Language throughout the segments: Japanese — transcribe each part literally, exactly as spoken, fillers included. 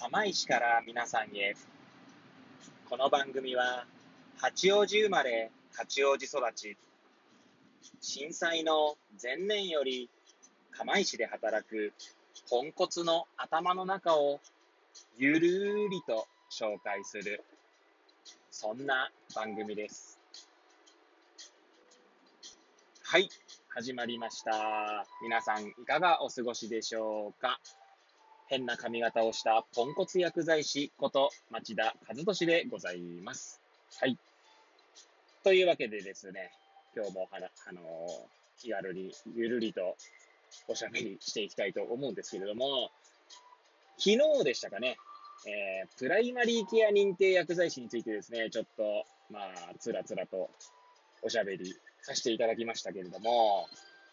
釜石から皆さんへ。この番組は八王子生まれ八王子育ち、震災の前年より釜石で働くポンコツの頭の中をゆるーりと紹介する、そんな番組です。はい、始まりました。皆さんいかがお過ごしでしょうか。変な髪型をしたポンコツ薬剤師こと町田和俊でございます。はい。というわけでですね、今日もはな、あのー気軽にゆるりとおしゃべりしていきたいと思うんですけれども、昨日でしたかね、えー、プライマリーケア認定薬剤師についてですね、ちょっと、まあ、つらつらとおしゃべりさせていただきましたけれども、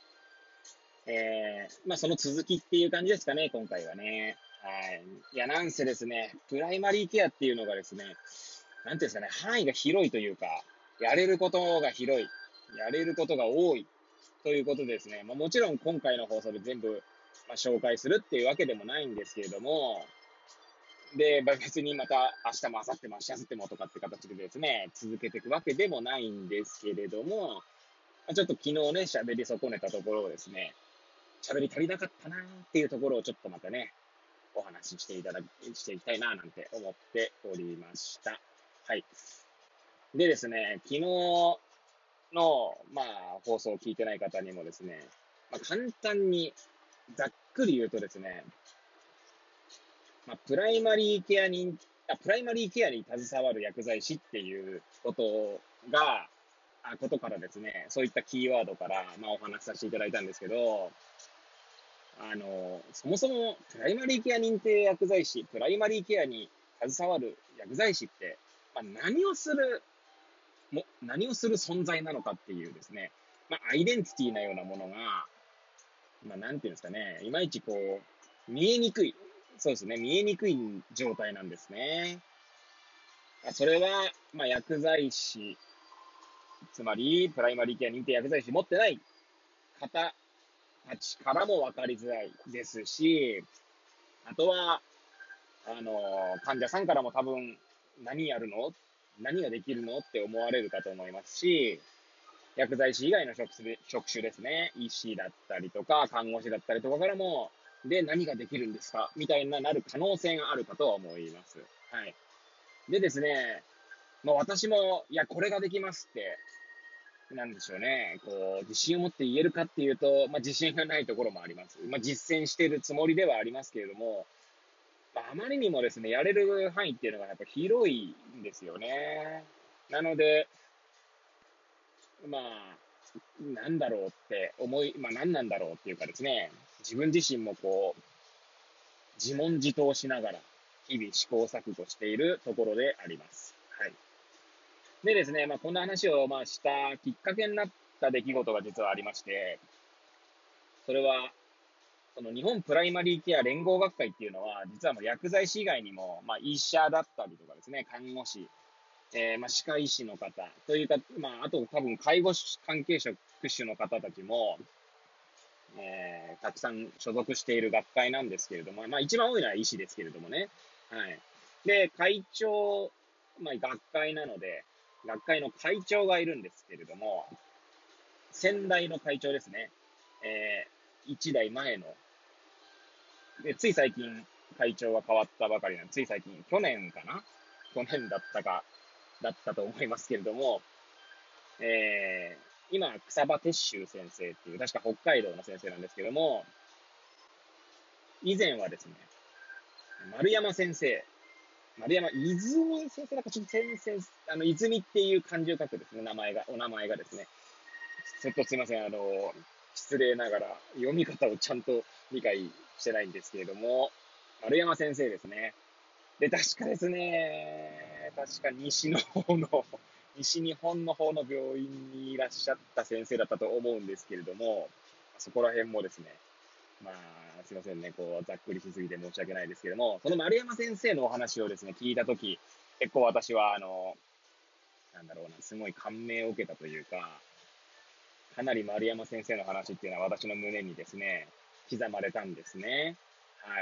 えー、まあ、その続きっていう感じですかね、今回はね。はい。いや、なんせですね、プライマリーケアっていうのがですね、なんていうんですかね、範囲が広いというか、やれることが広い、やれることが多いということですね。まあ、もちろん今回の放送で全部、まあ、紹介するっていうわけでもないんですけれども、で、まあ別にまた明日も明後日も明日明後日もとかって形でですね、続けていくわけでもないんですけれども、まあ、ちょっと昨日ね、喋り損ねたところをですね、喋り足りなかったなーっていうところをちょっとまたね、お話ししていただき、していきたいななんて思っておりました。はい。でですね、昨日の、まあ、放送を聞いてない方にもですね、まあ、簡単にざっくり言うとですね、まあ、プライマリーケアに、あ、プライマリーケアに携わる薬剤師っていうことが、あ、ことからですね、そういったキーワードから、まあ、お話しさせていただいたんですけど、あの、そもそもプライマリーケア認定薬剤師、プライマリーケアに携わる薬剤師って、まあ、何をする、も、何をする存在なのかっていうですね、まあ、アイデンティティなようなものが、まあ、なんていうんですかね、いまいちこう、見えにくい。そうですね、見えにくい状態なんですね。それは、まあ、薬剤師、つまり、プライマリーケア認定薬剤師持ってない方たちからも分かりづらいですし、あとは、あの、患者さんからも多分、何やるの何ができるのって思われるかと思いますし、薬剤師以外の職種職種ですね。医師だったりとか、看護師だったりとかからも、で、何ができるんですかみたいななる可能性があるかとは思います。はい。でですね、まあ私も、いや、これができますって、なんでしょうね。こう、自信を持って言えるかっていうと、まあ自信がないところもあります。まあ実践しているつもりではありますけれども、まあ、あまりにもですね、やれる範囲っていうのがやっぱ広いんですよね。なので、まあ、なんだろうって思い、まあ何なんだろうっていうかですね、自分自身もこう、自問自答しながら、日々試行錯誤しているところであります。はい。でですね、まあこんな話をまあしたきっかけになった出来事が実はありまして、それは、その日本プライマリーケア連合学会っていうのは、実はもう薬剤師以外にも、まあ医者だったりとかですね、看護師、えー、まあ、歯科医師の方というか、まあ、あと多分介護関係職種の方たちも、えー、たくさん所属している学会なんですけれども、まあ、一番多いのは医師ですけれどもね。はい。で、会長、まあ、学会なので、学会の会長がいるんですけれども、先代の会長ですね。えー、一代前の、で、つい最近会長が変わったばかりなんで、つい最近、去年かな去年だったか、だったと思いますけれども、えー、今、草場鉄舟先生っていう、確か北海道の先生なんですけども、以前はですね、丸山先生、丸山泉先生だかちょっと先生、あの、泉っていう漢字を書くですね、名前が、お名前がですね、ちょっとすいません、あの、失礼ながら読み方をちゃんと理解してないんですけれども、丸山先生ですね。で、確かですね、確か西の方の、西日本の方の病院にいらっしゃった先生だったと思うんですけれども、そこら辺もですね、まあ、すいませんね、こう、ざっくりしすぎて申し訳ないですけども、その丸山先生のお話をですね、聞いたとき、結構私は、あの、なんだろうな、すごい感銘を受けたというか、かなり丸山先生の話っていうのは私の胸にですね、刻まれたんですね。はい。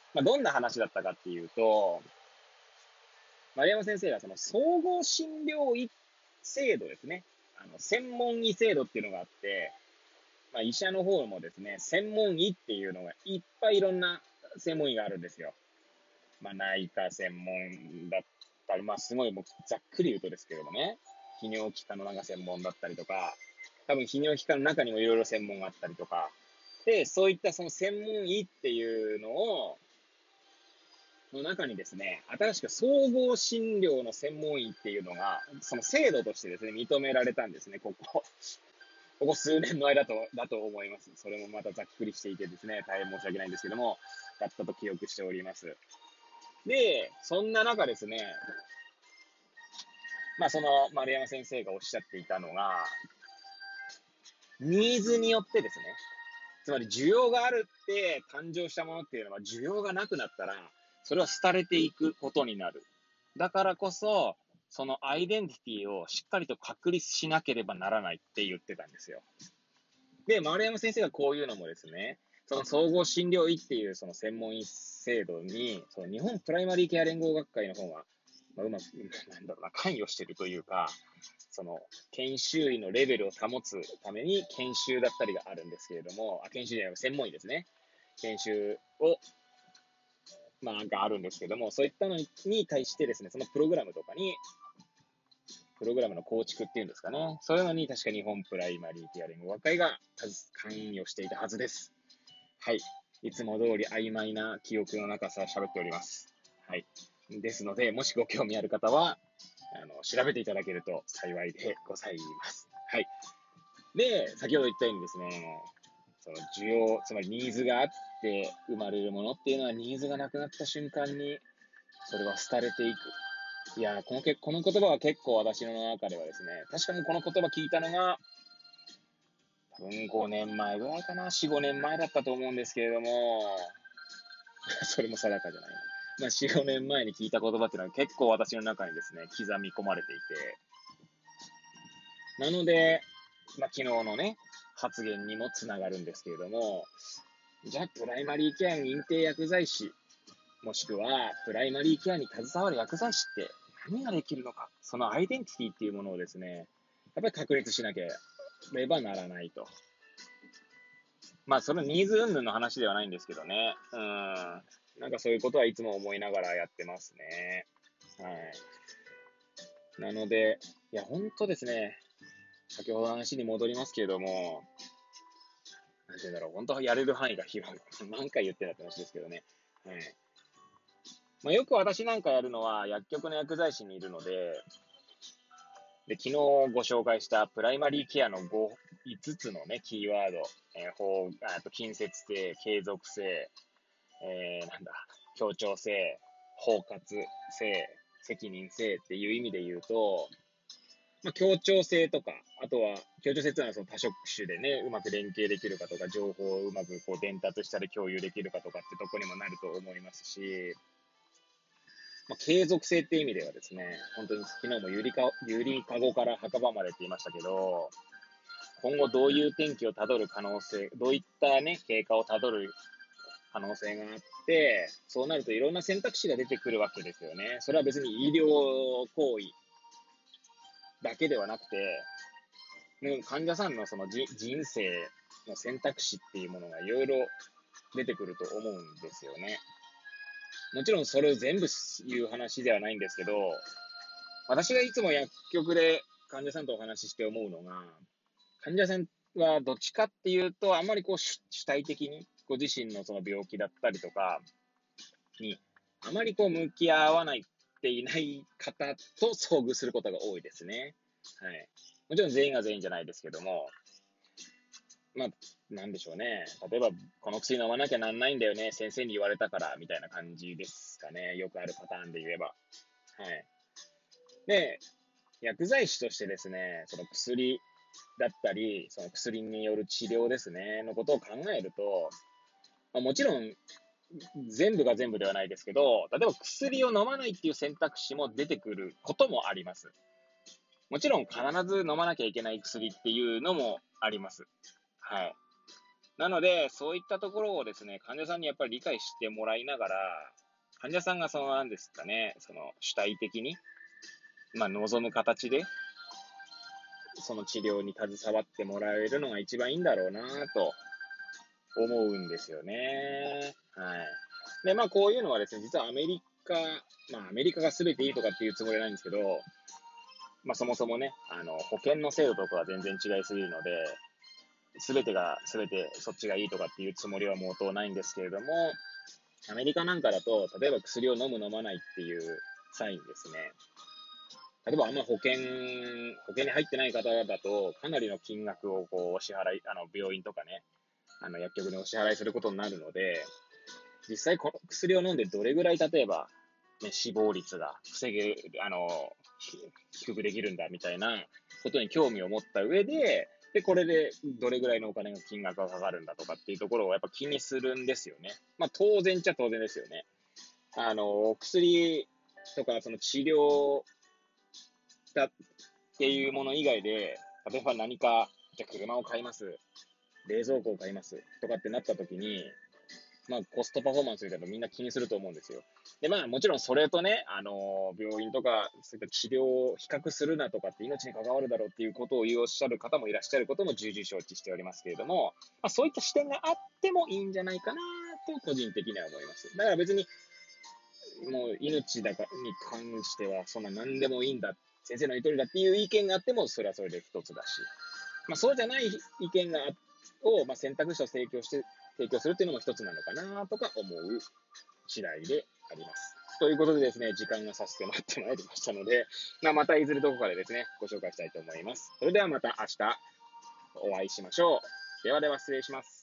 まあ、どんな話だったかっていうと、丸山先生がその総合診療医制度ですね。あの、専門医制度っていうのがあって、まあ、医者の方もですね、専門医っていうのがいっぱいいろんな専門医があるんですよ。まあ、内科専門だったり、まあ、すごいもうざっくり言うとですけれどもね、泌尿器科のなんか専門だったりとか、多分泌尿器科の中にもいろいろ専門があったりとか、で、そういったその専門医っていうのを、の中にですね、新しく総合診療の専門医っていうのが、その制度としてですね、認められたんですね、ここ。ここ数年の間と、だと思います。それもまたざっくりしていてですね、大変申し訳ないんですけども、だったと記憶しております。で、そんな中ですね、まあその丸山先生がおっしゃっていたのが、ニーズによってですね、つまり需要があるって誕生したものっていうのは需要がなくなったら、それは廃れていくことになる。だからこそ、そのアイデンティティをしっかりと確立しなければならないって言ってたんですよ。で、丸山先生がこういうのもですね、その総合診療医っていうその専門医制度に、その日本プライマリーケア連合学会の方が、まあ、うまく、なんだろうな、関与してるというか、その研修医のレベルを保つために研修だったりがあるんですけれども、あ研修じゃない、専門医ですね。研修を、まあ、があるんですけども、そういったのに対してですね、そのプログラムとかに、プログラムの構築っていうんですかね。そういうのに確か日本プライマリーケア連合学会が関与していたはずです。はい。いつも通り曖昧な記憶の中さ喋っております。はい。ですので、もしご興味ある方は、あの、調べていただけると幸いでございます。はい。で、先ほど言ったようにですね、その需要、つまりニーズがあって生まれるものっていうのはニーズがなくなった瞬間に、それは廃れていく。いや、このけ、この言葉は結構私の中ではですね、確かにこの言葉聞いたのが、多分ごねんまえぐらいかな、よん、ごねんまえだったと思うんですけれども、それも定かじゃないな。まあ、よん、ごねんまえに聞いた言葉っていうのは結構私の中にですね、刻み込まれていて、なので、まあ、昨日のね、発言にもつながるんですけれども、じゃあ、プライマリーケア認定薬剤師、もしくは、プライマリーケアに携わる薬剤師って何ができるのか、そのアイデンティティっていうものをですね、やっぱり確立しなければならないと。まあ、そのニーズ云々の話ではないんですけどね。うん。なんかそういうことはいつも思いながらやってますね。はい。なので、いや、本当ですね。先ほどの話に戻りますけれども、なんて言うんだろう、本当はやれる範囲が広い。何回言ってんだって話ですけどね。はい。まあ、よく私なんかやるのは、薬局の薬剤師にいるので、で、昨日ご紹介したプライマリーケアのご、いつつのね、キーワード、えー、法、あと近接性、継続性、えー、なんだ、協調性、包括性、責任性っていう意味で言うと、まあ、協調性とか、あとは、協調性っていうのはその多職種でね、うまく連携できるかとか、情報をうまくこう伝達したり共有できるかとかってとこにもなると思いますし、まあ、継続性って意味ではですね、本当に昨日もゆりか、ゆりかごから墓場までって言いましたけど、今後どういう天気をたどる可能性、どういったね、経過をたどる可能性があって、そうなるといろんな選択肢が出てくるわけですよね。それは別に医療行為だけではなくて、患者さんのその人生の選択肢っていうものがいろいろ出てくると思うんですよね。もちろんそれを全部言う話ではないんですけど、私がいつも薬局で患者さんとお話しして思うのが、患者さんはどっちかっていうと、あんまりこう主体的にご自身のその病気だったりとかに、あまりこう向き合わないっていない方と遭遇することが多いですね。はい。もちろん全員が全員じゃないですけども、まあ、なんでしょうね。例えば、この薬飲まなきゃなんないんだよね。先生に言われたから、みたいな感じですかね。よくあるパターンで言えば。はい。で、薬剤師としてですね、その薬だったり、その薬による治療ですね、のことを考えると、まあ、もちろん全部が全部ではないですけど、例えば薬を飲まないっていう選択肢も出てくることもあります。もちろん必ず飲まなきゃいけない薬っていうのもあります。はい。 なので、そういったところをですね、患者さんにやっぱり理解してもらいながら、患者さんがその、なんですかね、その主体的に、まあ、望む形で、その治療に携わってもらえるのが一番いいんだろうなと思うんですよね。はい。で、まあ、こういうのはですね、実はアメリカ、まあ、アメリカが全ていいとかっていうつもりはないんですけど、まあ、そもそもね、あの、保険の制度とかは全然違いすぎるので、全てが全てそっちがいいとかっていうつもりは毛頭ないんですけれども、アメリカなんかだと、例えば薬を飲む飲まないっていうサインですね。例えばあんま保険、保険に入ってない方だと、かなりの金額をこうお支払い、あの、病院とかね、あの、薬局にお支払いすることになるので、実際この薬を飲んでどれぐらい例えば、ね、死亡率が防げ、あの、低くできるんだみたいなことに興味を持った上で、で、これでどれぐらいのお金が金額がかかるんだとかっていうところをやっぱ気にするんですよね。まあ当然っちゃ当然ですよね。あの、薬とかその治療だっていうもの以外で、例えば何か、じゃあ車を買います、冷蔵庫を買いますとかってなった時に、まあ、コストパフォーマンスみたいなのみんな気にすると思うんですよ。で、まあ、もちろんそれとね、あの、病院とか、そういった治療を比較するなとかって命に関わるだろうっていうことを言うおっしゃる方もいらっしゃることも重々承知しておりますけれども、まあ、そういった視点があってもいいんじゃないかなと、個人的には思います。だから別に、もう命だかに関しては、そんな何でもいいんだ、先生の言う通りだっていう意見があっても、それはそれで一つだし、まあ、そうじゃない意見がを、まあ、選択肢を提供して、提供するっていうのも一つなのかなとか思う次第であります。ということでですね、時間が差し迫ってまいりましたので、まあ、またいずれどこかでですね、ご紹介したいと思います。それではまた明日お会いしましょう。ではでは失礼します。